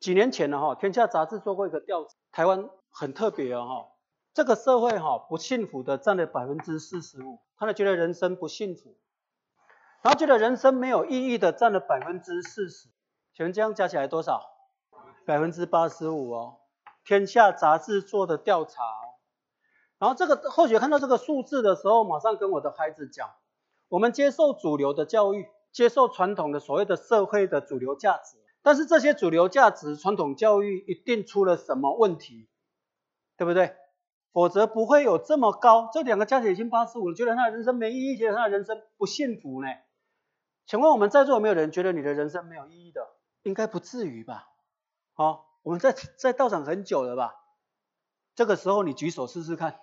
几年前呢，天下杂志做过一个调查，台湾很特别哦，这个社会不幸福的占了45%，他觉得人生不幸福，然后觉得人生没有意义的占了40%，请问这样加起来多少？85%哦，天下杂志做的调查哦。然后这个后学看到这个数字的时候，马上跟我的孩子讲，我们接受主流的教育，接受传统的所谓的社会的主流价值，但是这些主流价值、传统教育一定出了什么问题，对不对？否则不会有这么高，这两个加起来已经85了，觉得他的人生没意义，觉得他的人生不幸福呢？请问我们在座有没有人觉得你的人生没有意义的？应该不至于吧？我们在道场很久了吧？这个时候你举手试试看。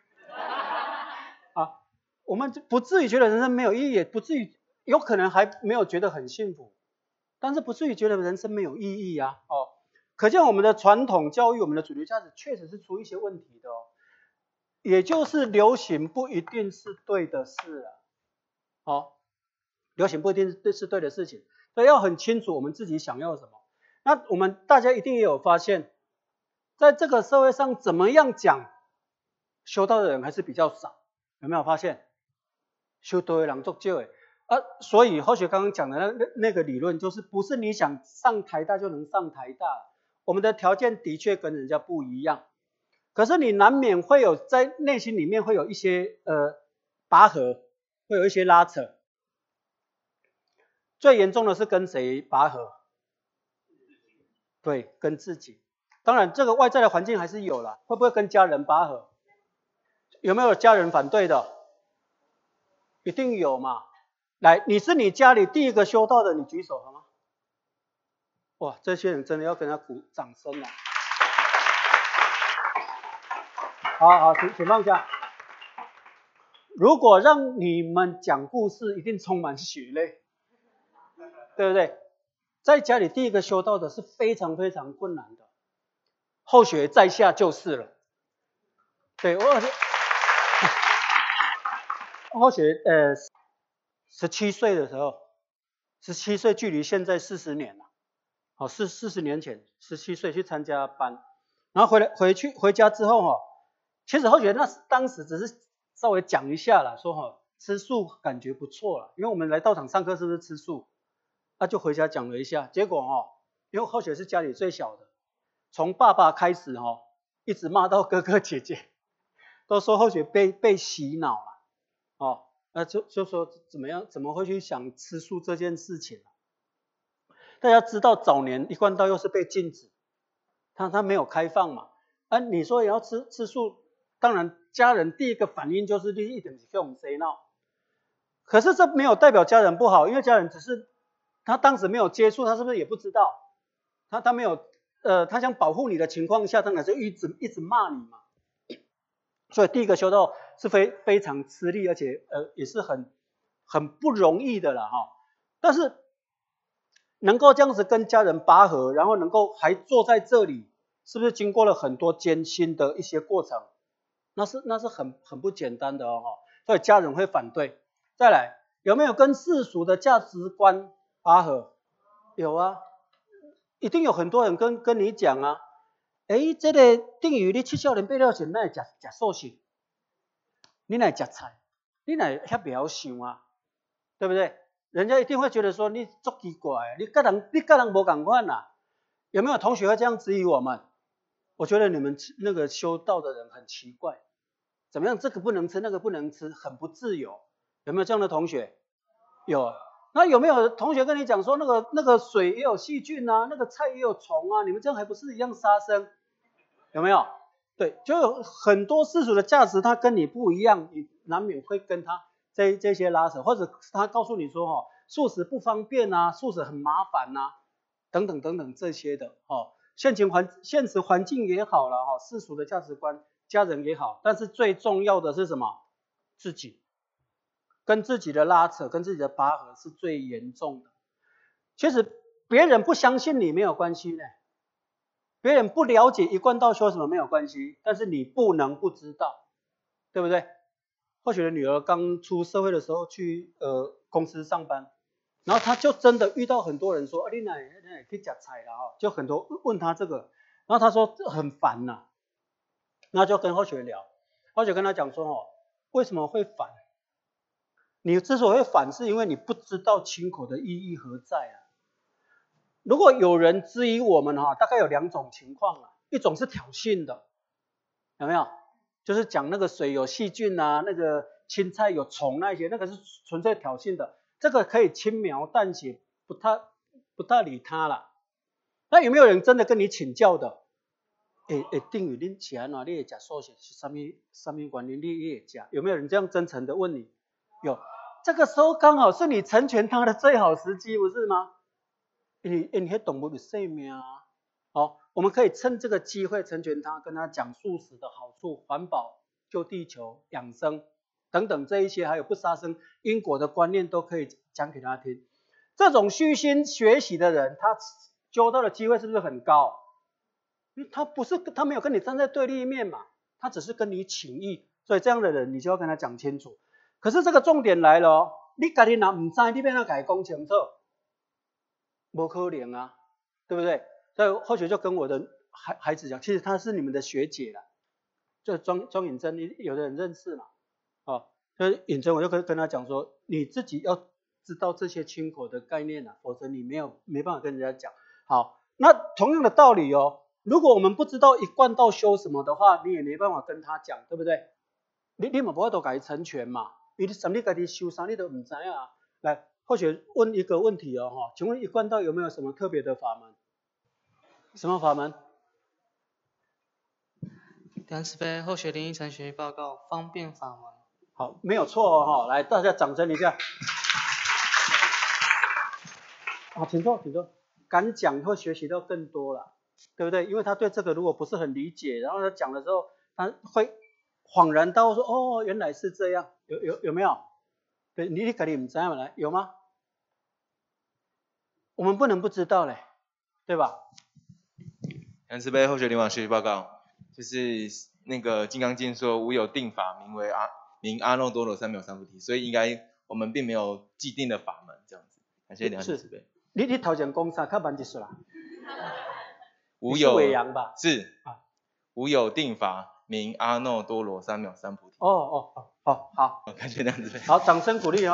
我们不至于觉得人生没有意义，也不至于，有可能还没有觉得很幸福，但是不至于觉得人生没有意义啊。可见我们的传统教育，我们的主流价值确实是出一些问题的哦。也就是流行不一定是对的事啊。流行不一定是对的事情，所以要很清楚我们自己想要什么。那我们大家一定也有发现，在这个社会上怎么样讲修道的人还是比较少，有没有发现？修道的人足少的所以后学刚刚讲的那个理论，就是不是你想上台大就能上台大，我们的条件的确跟人家不一样，可是你难免会有在内心里面会有一些拔河，会有一些拉扯。最严重的是跟谁拔河？对，跟自己。当然这个外在的环境还是有啦，会不会跟家人拔河？有没有家人反对的？一定有嘛。来，你是你家里第一个修道的，你举手好吗？哇，这些人真的要跟他鼓掌声了。好，请放下。如果让你们讲故事，一定充满血泪，对不对？在家里第一个修道的是非常非常困难的，后学在下就是了。对，后学17岁的时候，17岁距离现在40年了。40年前17岁去参加班，然后回家之后其实后学当时只是稍微讲一下啦，说吃素感觉不错啦，因为我们来道场上课是不是吃素？就回家讲了一下，结果因为后学是家里最小的，从爸爸开始一直骂到哥哥姐姐，都说后学被洗脑了就说怎么会去想吃素这件事情大家知道早年一贯道又是被禁止，他没有开放嘛。你说也要吃素，当然家人第一个反应就是你一定是跟我们谁闹。可是这没有代表家人不好，因为家人只是他当时没有接触，他是不是也不知道？他没有他想保护你的情况下，当然就一直骂你嘛。所以第一个修道是非常吃力，而且也是很不容易的啦但是能够这样子跟家人拔河，然后能够还坐在这里，是不是经过了很多艰辛的一些过程？那是很不简单的所以家人会反对。再来，有没有跟世俗的价值观拔河？有啊，一定有很多人跟你讲啊，这个等于你7少年8了前，哪会吃素食？你哪会吃菜？你哪会遐不晓想啊？对不对？人家一定会觉得说你足奇怪，你跟人不同款啊。有没有同学会这样质疑我们？我觉得你们那个修道的人很奇怪，怎么样？这个不能吃，那个不能吃，很不自由。有没有这样的同学？有。那有没有同学跟你讲说那个水也有细菌啊，那个菜也有虫啊？你们这样还不是一样杀生？有没有？对，就有很多世俗的价值，它跟你不一样，你难免会跟他这些拉扯，或者他告诉你说素食不方便啊，素食很麻烦啊，等等这些的现实环境也好了世俗的价值观，家人也好，但是最重要的是什么？自己跟自己的拉扯，跟自己的拔河是最严重的。其实别人不相信你没有关系呢，别人不了解一贯道修什么没有关系，但是你不能不知道，对不对？或许的女儿刚出社会的时候去公司上班， 然后他就真的遇到很多人说，你哪去吃菜啦就很多问他这个，然后他说很烦呐，那就跟后学聊，后学跟他讲说为什么会烦？你之所以会烦，是因为你不知道亲口的意义何在啊。如果有人质疑我们大概有2种情况啊，一种是挑衅的，有没有？就是讲那个水有细菌啊，那个青菜有虫那些，那个是纯粹挑衅的，这个可以轻描淡写，不太理他啦。那有没有人真的跟你请教的？等于恁吃安怎，你会吃素食是什么原因？你也吃？有没有人这样真诚的问你？有，这个时候刚好是你成全他的最好时机，不是吗？你那动物的生命啊，我们可以趁这个机会成全他，跟他讲素食的好处、环保、救地球、养生等等这一些，还有不杀生因果的观念都可以讲给他听。这种虚心学习的人，他揪到的机会是不是很高？因为他没有跟你站在对立面嘛，他只是跟你请益，所以这样的人你就要跟他讲清楚。可是这个重点来了你自己若不知，你要怎跟他讲清楚？不可能啊，对不对？所以后学就跟我的孩子讲，其实她是你们的学姐啦，就庄颖珍，有的人认识嘛，所以颖珍我就跟他讲说，你自己要知道这些亲口的概念啊，否则你没办法跟人家讲。好，那同样的道理如果我们不知道一贯道修什么的话，你也没办法跟他讲，对不对？你嘛不都给他成全嘛？你什么你自己修啥你都不知啊？来。后学问一个问题请问一贯道有没有什么特别的法门？什么法门？ 梁慈悲后学灵异禅学报告方便法门。 好，没有错来大家掌声一下。好，请坐，请坐。敢讲会学习到更多了，对不对？因为他对这个如果不是很理解，然后他讲的时候，他会恍然大悟说，原来是这样，有没有？对，你肯定不知道来，有吗？我们不能不知道嘞，对吧？ 梁慈悲后学灵网学习报告，就是那个《金刚经》说无有定法名阿耨多罗三藐三菩提，所以应该我们并没有既定的法门这样子。感谢梁慈悲。 你头前讲啥？较慢一点啦。 无有伟阳吧？ 是无有定法名阿耨多罗三藐三菩提。 好， 感谢梁慈悲。 好，掌声鼓励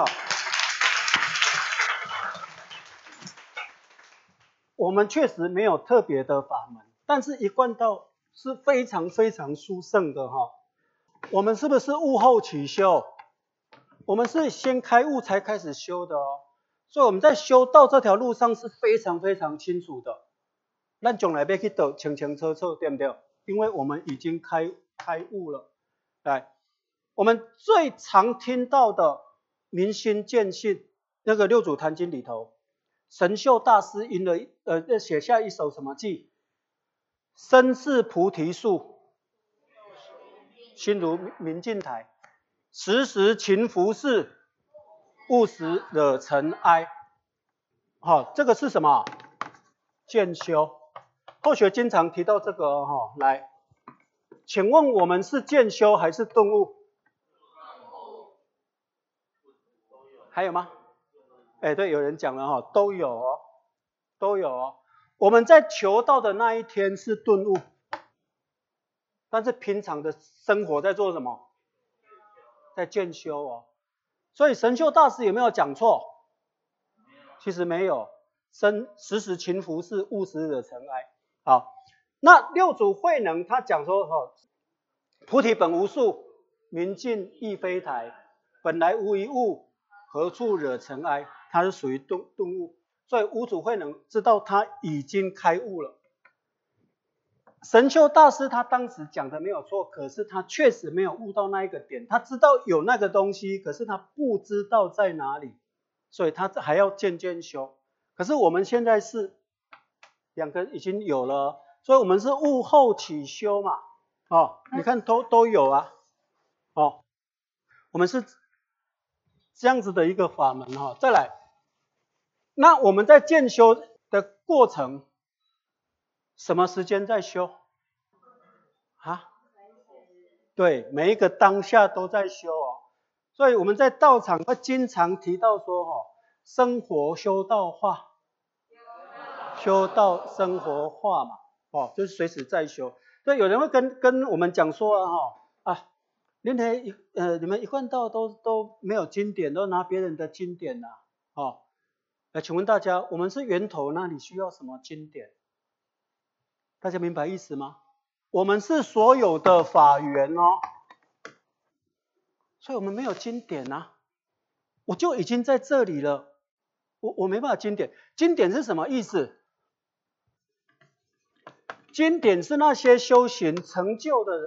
我们确实没有特别的法门，但是一贯道是非常非常殊胜的我们是不是悟后起修？我们是先开悟才开始修的所以我们在修道这条路上是非常非常清楚的。咱将来要去走清清楚楚，对不对？因为我们已经开悟了。来，我们最常听到的明心见性，那个六祖坛经里头，神秀大师写下一首什么偈？身是菩提树，心如明镜台，时时勤拂拭，勿使惹尘埃。这个是什么？渐修。后学经常提到这个来，请问我们是渐修还是顿悟？还有吗？对，有人讲了都有都有我们在求道的那一天是顿悟，但是平常的生活在做什么？在渐修所以神秀大师有没有讲错？其实没有，时时勤拂拭，勿使惹尘埃。好，那六祖慧能他讲说菩提本无树，明镜亦非台，本来无一物，何处惹尘埃？他是属于顿悟，所以五祖慧能知道他已经开悟了。神秀大师他当时讲的没有错，可是他确实没有悟到那一个点，他知道有那个东西，可是他不知道在哪里，所以他还要渐渐修。可是我们现在是两个已经有了，所以我们是悟后起修嘛，你看都有啊，我们是这样子的一个法门再来，那我们在渐修的过程，什么时间在修对，每一个当下都在修所以我们在道场会经常提到说生活修道化，修道生活化嘛，哦，就是随时在修。所以有人会跟我们讲说你们一贯道都没有经典，都拿别人的经典请问大家，我们是源头，那你需要什么经典？大家明白意思吗？我们是所有的法源所以我们没有经典我就已经在这里了，我没办法经典。经典是什么意思？经典是那些修行成就的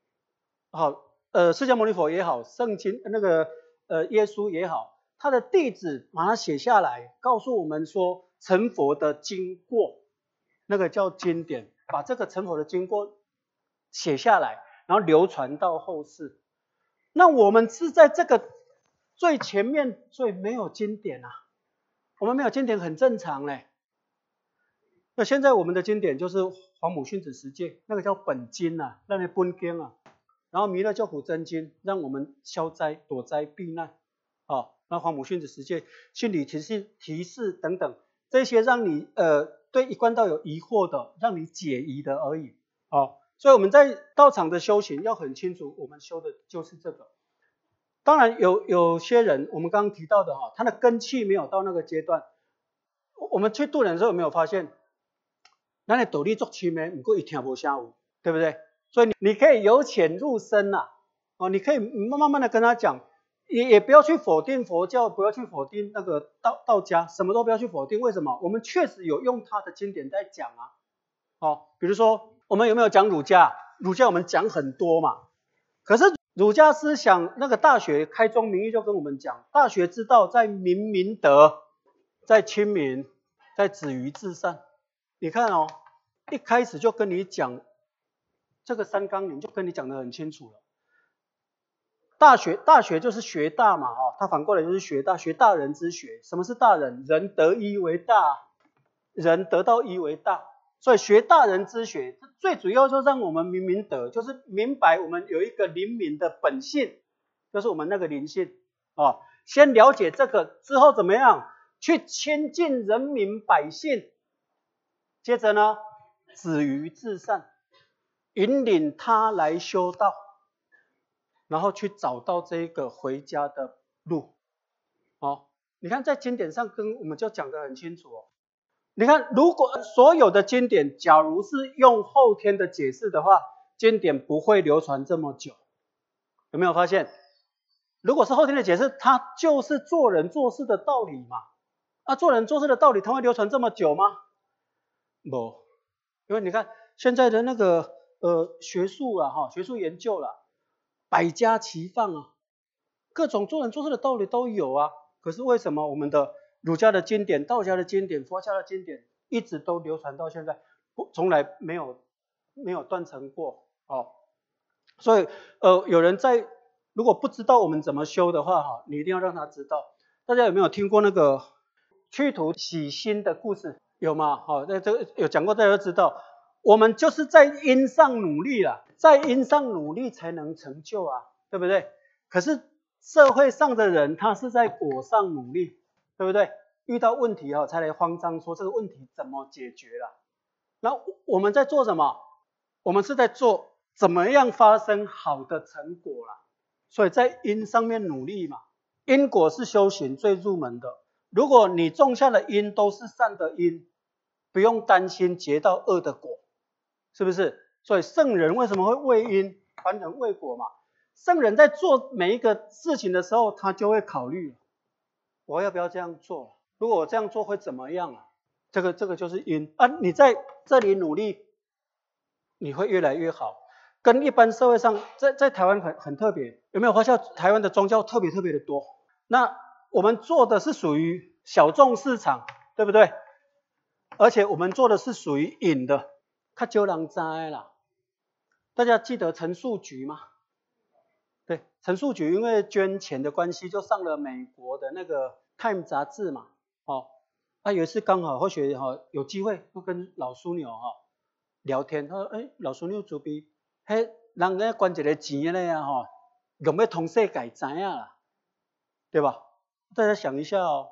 释迦牟尼佛也好，圣经耶稣也好，他的弟子把它写下来，告诉我们说成佛的经过，那个叫经典，把这个成佛的经过写下来，然后流传到后世。那我们是在这个最前面，所以没有经典我们没有经典很正常嘞。那现在我们的经典就是黄母训子十戒，那个叫本经那个本经然后弥勒救苦真经，让我们消灾躲灾避难那黄母训子十戒、心理提示等等，这些让你对一贯道有疑惑的，让你解疑的而已所以我们在道场的修行要很清楚，我们修的就是这个。当然有些人我们刚刚提到的他的根器没有到那个阶段，我们去度人的时候有没有发现，咱的道理足深的，不过他听不下有，对不对？所以你可以由浅入深你可以慢慢的跟他讲，也不要去否定佛教，不要去否定那个道家，什么都不要去否定。为什么？我们确实有用他的经典在讲比如说我们有没有讲儒家？儒家我们讲很多嘛，可是儒家思想那个大学开宗明义就跟我们讲，大学之道在明明德，在亲民，在止于至善。你看一开始就跟你讲这个三纲领，就跟你讲得很清楚了。大学就是学大嘛它反过来就是学大，学大人之学。什么是大人？人得一为大，人得到一为大。所以学大人之学，最主要就让我们明明德，就是明白我们有一个灵敏的本性，就是我们那个灵性先了解这个之后怎么样去亲近人民百姓，接着呢止于至善，引领他来修道，然后去找到这个回家的路你看在经典上跟我们就讲得很清楚你看如果所有的经典假如是用后天的解释的话，经典不会流传这么久。有没有发现？如果是后天的解释，它就是做人做事的道理嘛做人做事的道理它会流传这么久吗？不，因为你看现在的那个学术学术研究百家齐放各种做人做事的道理都有可是为什么我们的儒家的经典、道家的经典、佛家的经典一直都流传到现在，从来没有断层过所以有人如果不知道我们怎么修的话你一定要让他知道。大家有没有听过那个去土洗心的故事？有吗？那这个有讲过，大家都知道。我们就是在因上努力了，在因上努力才能成就对不对？可是社会上的人他是在果上努力，对不对？遇到问题才来慌张说这个问题怎么解决了。那我们在做什么？我们是在做怎么样发生好的成果啦。所以在因上面努力嘛。因果是修行最入门的，如果你种下的因都是善的因，不用担心结到恶的果，是不是？所以圣人为什么会为因，凡人为果嘛？圣人在做每一个事情的时候，他就会考虑我要不要这样做，如果我这样做会怎么样这个就是因你在这里努力，你会越来越好。跟一般社会上在台湾很特别，有没有发现台湾的宗教特别的多？那我们做的是属于小众市场，对不对？而且我们做的是属于隐的，较少人知啦。大家记得陈树菊吗？对，陈树菊因为捐钱的关系，就上了美国的那个 Time 杂志嘛。有一次刚好或许有机会会跟老枢纽聊天，他说老枢纽主编，人咧捐一个钱咧用要通世界知啦，对吧？大家想一下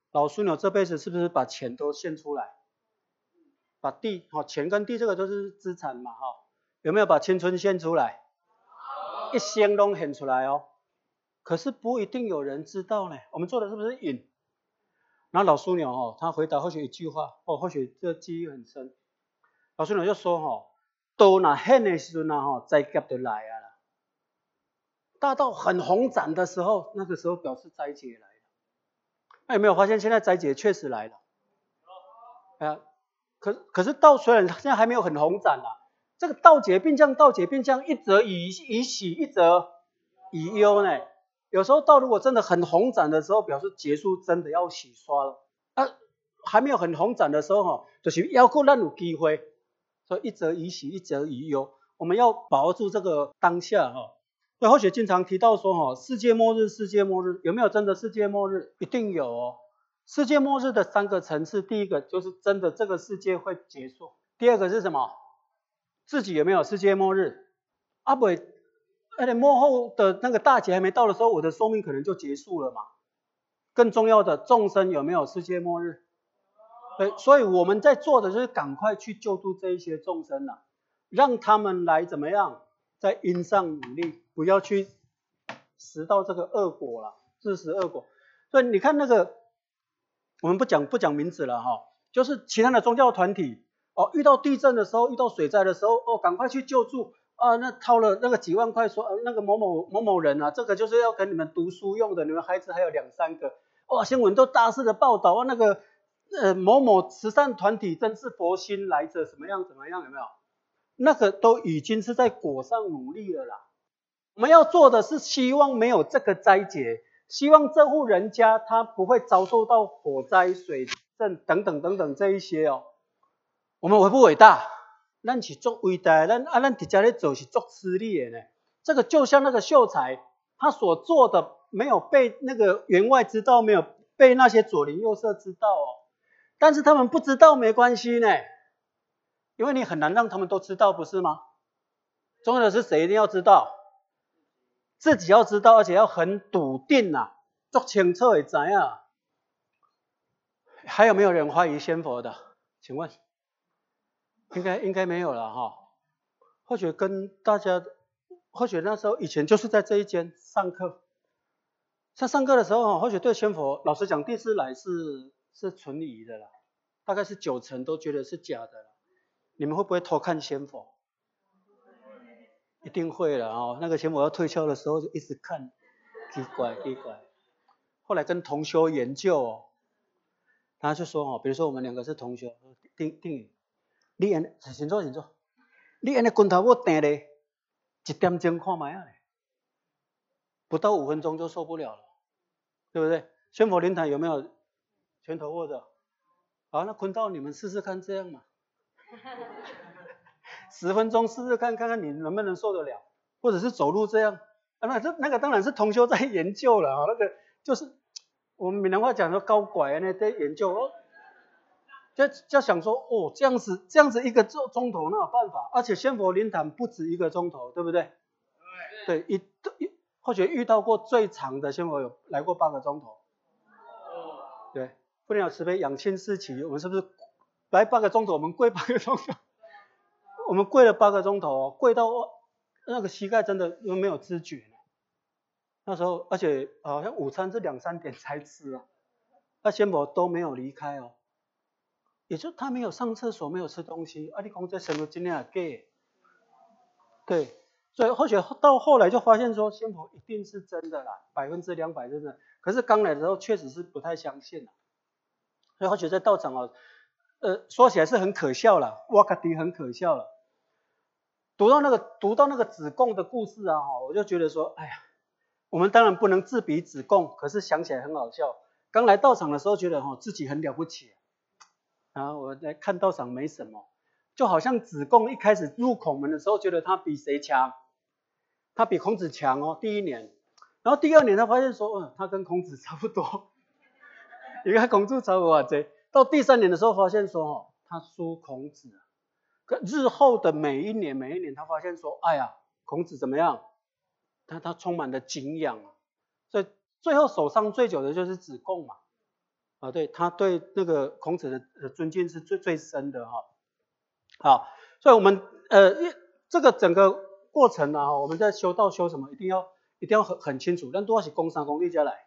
老枢纽这辈子是不是把钱都献出来？把地，钱跟地这个都是资产嘛，有没有把青春献出来？一生都献出来哦。可是不一定有人知道呢。我们做的是不是引？然后老枢纽他回答或许一句话，或许这记忆很深。老枢纽就说都那献的时候灾劫就来啊啦。大到很红展的时候，那个时候表示灾劫来了。那有没有发现现在灾劫确实来了？可是道虽然现在还没有很红展啦，这个道劫并将，道劫并将，一则以喜，一则以忧呢。有时候道如果真的很红展的时候，表示结束真的要洗刷了。还没有很红展的时候就是要够咱有机会。所以一则以喜，一则以忧，我们要把握住这个当下所以或许经常提到说世界末日，世界末日有没有真的世界末日？一定有哦。世界末日的3个层次，第一个就是真的这个世界会结束，第二个是什么？自己有没有世界末日？而且末后的那个大劫还没到的时候，我的寿命可能就结束了嘛。更重要的，众生有没有世界末日？对，所以我们在做的就是赶快去救度这一些众生让他们来怎么样，在因上努力，不要去食到这个恶果了，自食恶果。所以你看那个，我们不讲名字了就是其他的宗教团体遇到地震的时候，遇到水灾的时候赶快去救助那掏了那个几万块说那个某某人这个就是要给你们读书用的，你们孩子还有2、3个新闻都大肆的报道那个某某慈善团体真是佛心来着，怎么样有没有？那个都已经是在果上努力了啦。我们要做的是希望没有这个灾劫，希望这户人家他不会遭受到火灾、水震等等这一些我们伟不伟大？咱是做伟大的，咱直接在做是做私利的呢。这个就像那个秀才，他所做的没有被那个员外知道，没有被那些左邻右舍知道但是他们不知道没关系呢，因为你很难让他们都知道，不是吗？重要的是谁一定要知道，自己要知道，而且要很笃定做清楚的知道。还有没有人怀疑仙佛的？请问？应该没有了或许跟大家，或许那时候以前就是在这一间上课，在上课的时候或许对仙佛，老实讲第一次来是存疑的啦，大概是90%都觉得是假的啦。你们会不会偷看仙佛？一定会了那个仙佛要退休的时候就一直看，奇怪。后来跟同修研究他就说比如说我们2个是同修，定宇，你请坐，你这样拳头要定咧1点钟看卖不到5分钟就受不了了，对不对？仙佛灵坛有没有拳头握着？好，那坤道你们试试看这样嘛，10分钟试试看看你能不能受得了，或者是走路这样那个当然是同修在研究了那个就是我们闽南话讲说高拐在研究就想说这样子1个钟头那有办法，而且仙佛灵坛不止1个钟头，对不对？对，或许遇到过最长的仙佛有来过8个钟头。对，不能有慈悲养亲四期，我们是不是来8个钟头？我们跪8个钟头，我们跪了8个钟头跪到那个膝盖真的没有知觉那时候，而且好像午餐是2、3点才吃那仙佛都没有离开也就他没有上厕所，没有吃东西你说这什么真的假的？对，所以或许到后来就发现说仙佛一定是真的啦，200%真的。可是刚来的时候确实是不太相信所以或许在道场说起来是很可笑啦，哇卡迪很可笑了。读到那个子贡的故事我就觉得说，哎呀，我们当然不能自比子贡，可是想起来很好笑。刚来道场的时候觉得自己很了不起我来看道场没什么，就好像子贡一开始入孔门的时候，觉得他比谁强？他比孔子强第1年，然后第2年他发现说，他跟孔子差不多，你看孔子差不多到第3年的时候发现说，他输孔子可日后的每一年他发现说，哎呀，孔子怎么样？他充满了敬仰所以最后守上最久的就是子贡嘛啊，对，他对那个孔子的尊敬是最深的哈。好，所以我们这个整个过程啊，我们在修道修什么，一定要很清楚。但多少是工商功利家来。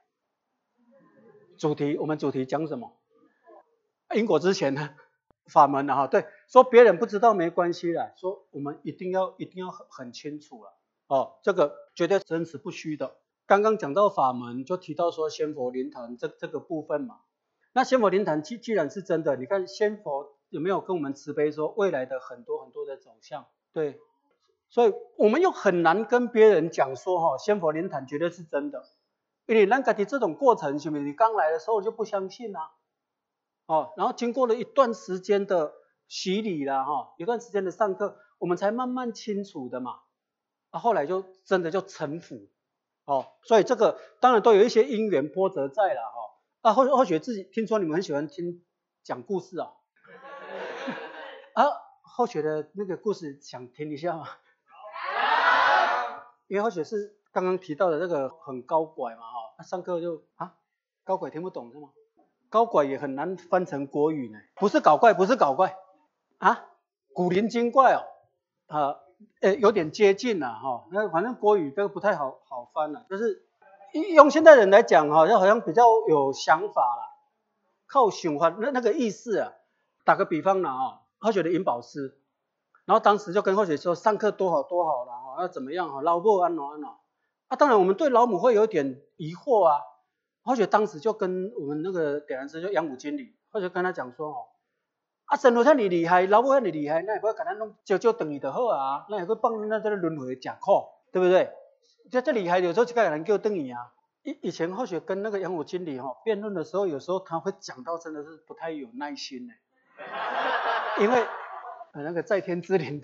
我们主题讲什么？因果之前呢，法门啊，对，说别人不知道没关系啦，说我们一定要很清楚了哦，这个绝对真实不虚的。刚刚讲到法门，就提到说仙佛灵坛这个部分嘛。那仙佛灵坛既然是真的，你看仙佛有没有跟我们慈悲说未来的很多的走向？对，所以我们又很难跟别人讲说哈，仙佛灵坛绝对是真的，因为咱家己这种过程，是不是？你刚来的时候就不相信啊，哦，然后经过了一段时间的洗礼啦，哈，一段时间的上课，我们才慢慢清楚的嘛，啊，后来就真的就臣服，哦，所以这个当然都有一些因缘波折在了哈，啊，或许自己听说你们很喜欢听讲故事啊，啊，后学的那个故事想听一下吗？因为后学是刚刚提到的那个很高拐嘛，哈，上课就高拐听不懂是吗？高拐也很难翻成国语呢，不是搞怪啊，古灵精怪哦，有点接近了哈，那反正国语这个不太好翻了，就是用现代人来讲哈，好像比较有想法啦，靠想法那个意思啊，打个比方啦啊，后学的银宝师，然后当时就跟后学说上课多好啦哈，要怎么样哈，老母安怎啊，当然我们对老母会有点疑惑啊。或许当时就跟我们那个点燃师就杨武经理，或者跟他讲说神佛遐尼厉害，老母遐尼厉害，那也不要给他弄就等于就好啊，那也会帮那这个轮回吃苦，对不对？这厉害，有时候就该人叫等于啊。以前或许跟那个杨武经理辩论的时候，有时候他会讲到真的是不太有耐心呢，因为那个在天之灵。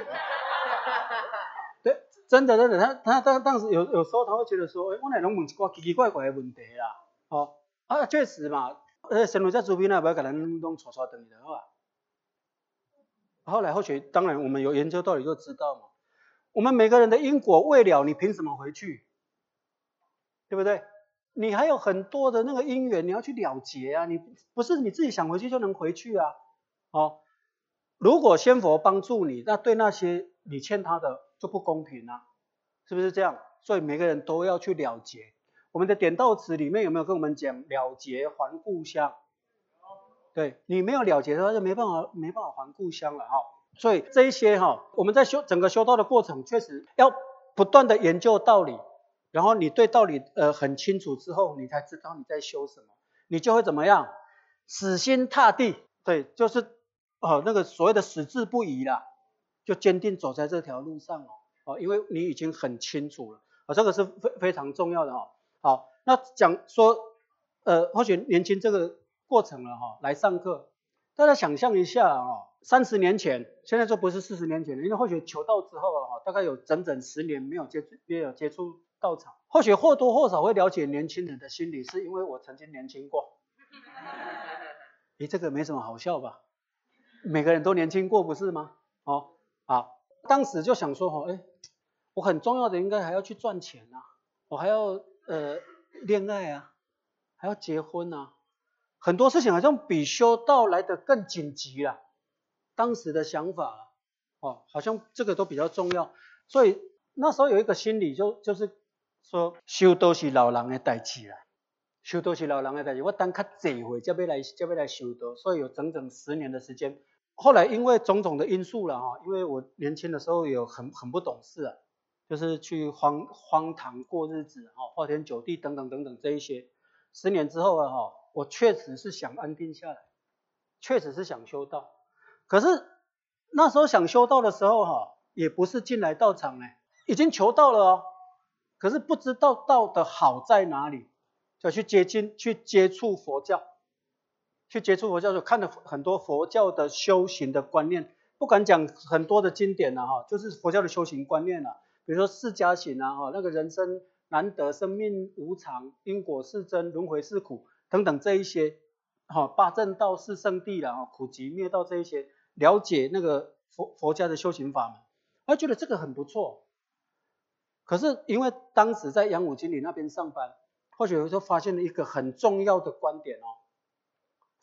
对，真的，他当时有时候他会觉得说，我来拢问一寡奇奇怪怪的问题啦，确实嘛，神佛在主边那不要给人弄错等于的好吧？后来或许当然我们有研究道理就知道嘛，我们每个人的因果未了，你凭什么回去？对不对？你还有很多的那个因缘你要去了结啊，你不是你自己想回去就能回去啊，如果仙佛帮助你，那对那些你欠他的就不公平啊，是不是这样？所以每个人都要去了结。我们的点到词里面有没有跟我们讲了结还故乡？对，你没有了结的话就没办法还故乡了所以这一些我们在整个修道的过程，确实要不断的研究道理，然后你对道理很清楚之后，你才知道你在修什么，你就会怎么样？死心塌地，对，就是那个所谓的矢志不移啦，就坚定走在这条路上因为你已经很清楚了这个是非常重要的好，那讲说或许年轻这个过程了来上课，大家想象一下30年前，现在就不是40年前了，因为或许求道之后大概有整10年没有接触道场，或许或多或少会了解年轻人的心理，是因为我曾经年轻过。这个没什么好笑吧？每个人都年轻过不是吗？当时就想说我很重要的应该还要去赚钱啊，我还要恋爱啊，还要结婚啊，很多事情好像比修道来得更紧急啦。当时的想法好像这个都比较重要，所以那时候有一个心理就是说修道是老人的代志啦。修道是老人的代志，我等较济岁才要来修道，所以有整整10年的时间。后来因为种种的因素啦因为我年轻的时候有很不懂事就是去荒唐过日子花天酒地等等这一些。10年之后我确实是想安定下来，确实是想修道。可是那时候想修道的时候也不是进来道场已经求道了可是不知道道的好在哪里。就去接触佛教，就看了很多佛教的修行的观念，不敢讲很多的经典就是佛教的修行观念比如说释迦行那个人生难得，生命无常，因果是真，轮回是苦等等这一些八正道是圣地啦苦集灭道这一些，了解那个佛家的修行法门，他觉得这个很不错。可是因为当时在杨武经理那边上班，或许有时候发现了一个很重要的观点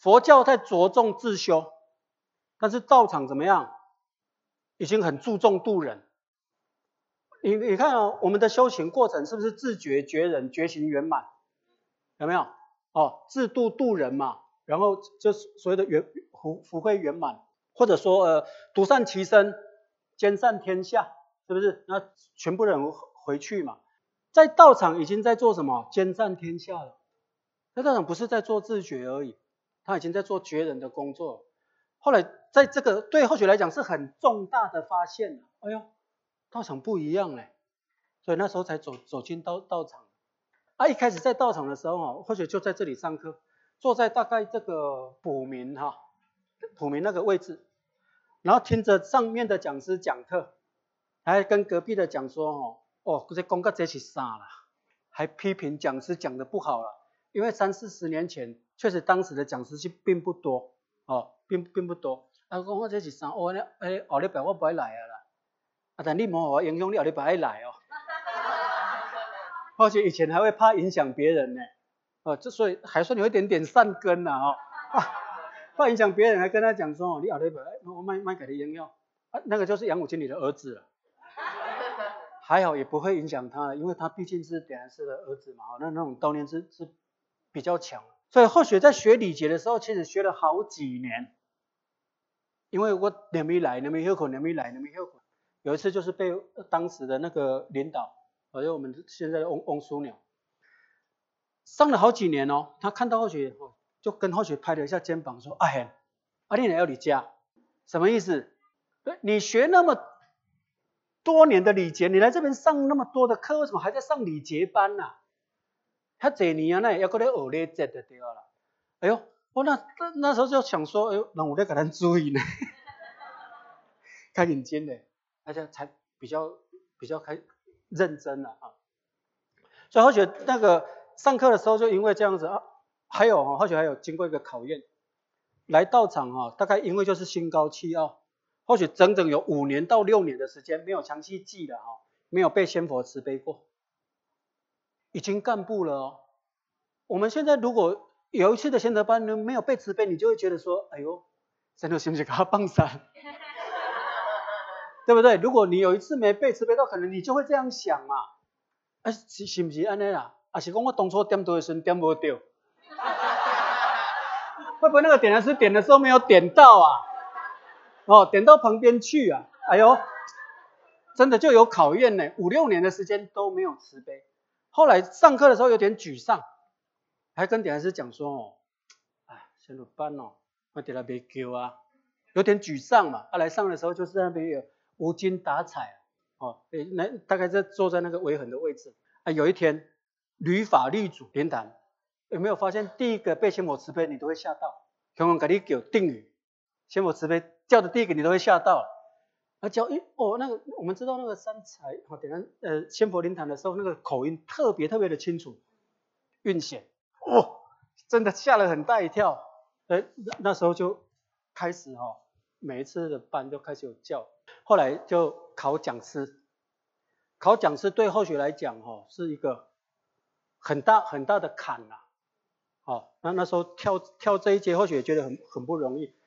佛教在着重自修，但是道场怎么样？已经很注重度人。你看哦，我们的修行过程是不是自觉觉人觉行圆满？有没有？哦，自度度人嘛，然后就是所谓的福慧圆满，或者说独善其身，兼善天下，是不是？那全部人回去嘛，在道场已经在做什么？兼善天下了。在道场不是在做自觉而已，他已经在做觉人的工作了。后来在这个对后学来讲是很重大的发现。哎呦，道场不一样嘞，所以那时候才走进道场。一开始在道场的时候后学就在这里上课，坐在大概这个普明那个位置，然后听着上面的讲师讲课，还跟隔壁的讲说这讲到这是啥啦，还批评讲师讲的不好了，因为30-40年前确实当时的讲师并不多并不多。讲我这是啥？后礼拜我不爱来啦，但你莫互我影响你后礼拜爱来哦。或许以前还会怕影响别人呢，所以还算有一点点善根啦怕影响别人，还跟他讲说你后礼拜我卖给你影响那个就是杨武经理的儿子了。还好也不会影响他，因为他毕竟是点燃师的儿子嘛，那种悼念是比较强。所以后学在学礼节的时候，其实学了好几年，因为我连没来，有一次就是被当时的那个领导，就我们现在的翁枢鸟，上了好几年他看到后学就跟后学拍了一下肩膀说：“你哪要你家？什么意思？你学那么多年的礼节，你来这边上那么多的课，为什么还在上礼节班啊？他这年那也要过来学礼节的对了。”哎呦，我那时候就想说，哎呦，人有在给咱注意呢，开眼睛的，大家才比较开认真了所以后学那个上课的时候，就因为这样子还有后学还有经过一个考验，来道场大概因为就是心高气傲，或许整整有5年到6年的时间没有详细记了没有被仙佛慈悲过，已经干部了我们现在如果有一次的贤德班没有被慈悲，你就会觉得说，哎呦，真的是不是给他放闪？对不对？如果你有一次没被慈悲到，可能你就会这样想嘛。是不是安尼啦？是讲我当初点到的时候点不到，会不会那个点燃师点的时候没有点到点到旁边去哎呦，真的就有考验呢，5-6年的时间都没有慈悲。后来上课的时候有点沮丧，还跟点燃师讲说仙德班我点了没救有点沮丧嘛。来上的时候就是在那边有无精打采大概在坐在那个维恒的位置有一天律法律主莲潭，有没有发现第一个被仙佛慈悲你都会吓到？刚刚给你叫定语，仙佛慈悲叫的第一个你都会吓到叫那个我们知道那个三才点燃仙佛莲潭的时候，那个口音特别的清楚，运显真的吓了很大一跳。那时候就开始每一次的班就开始有叫，后来就考讲师。考讲师对后学来讲是一个很大的坎那时候跳这一阶后学也觉得很不容易。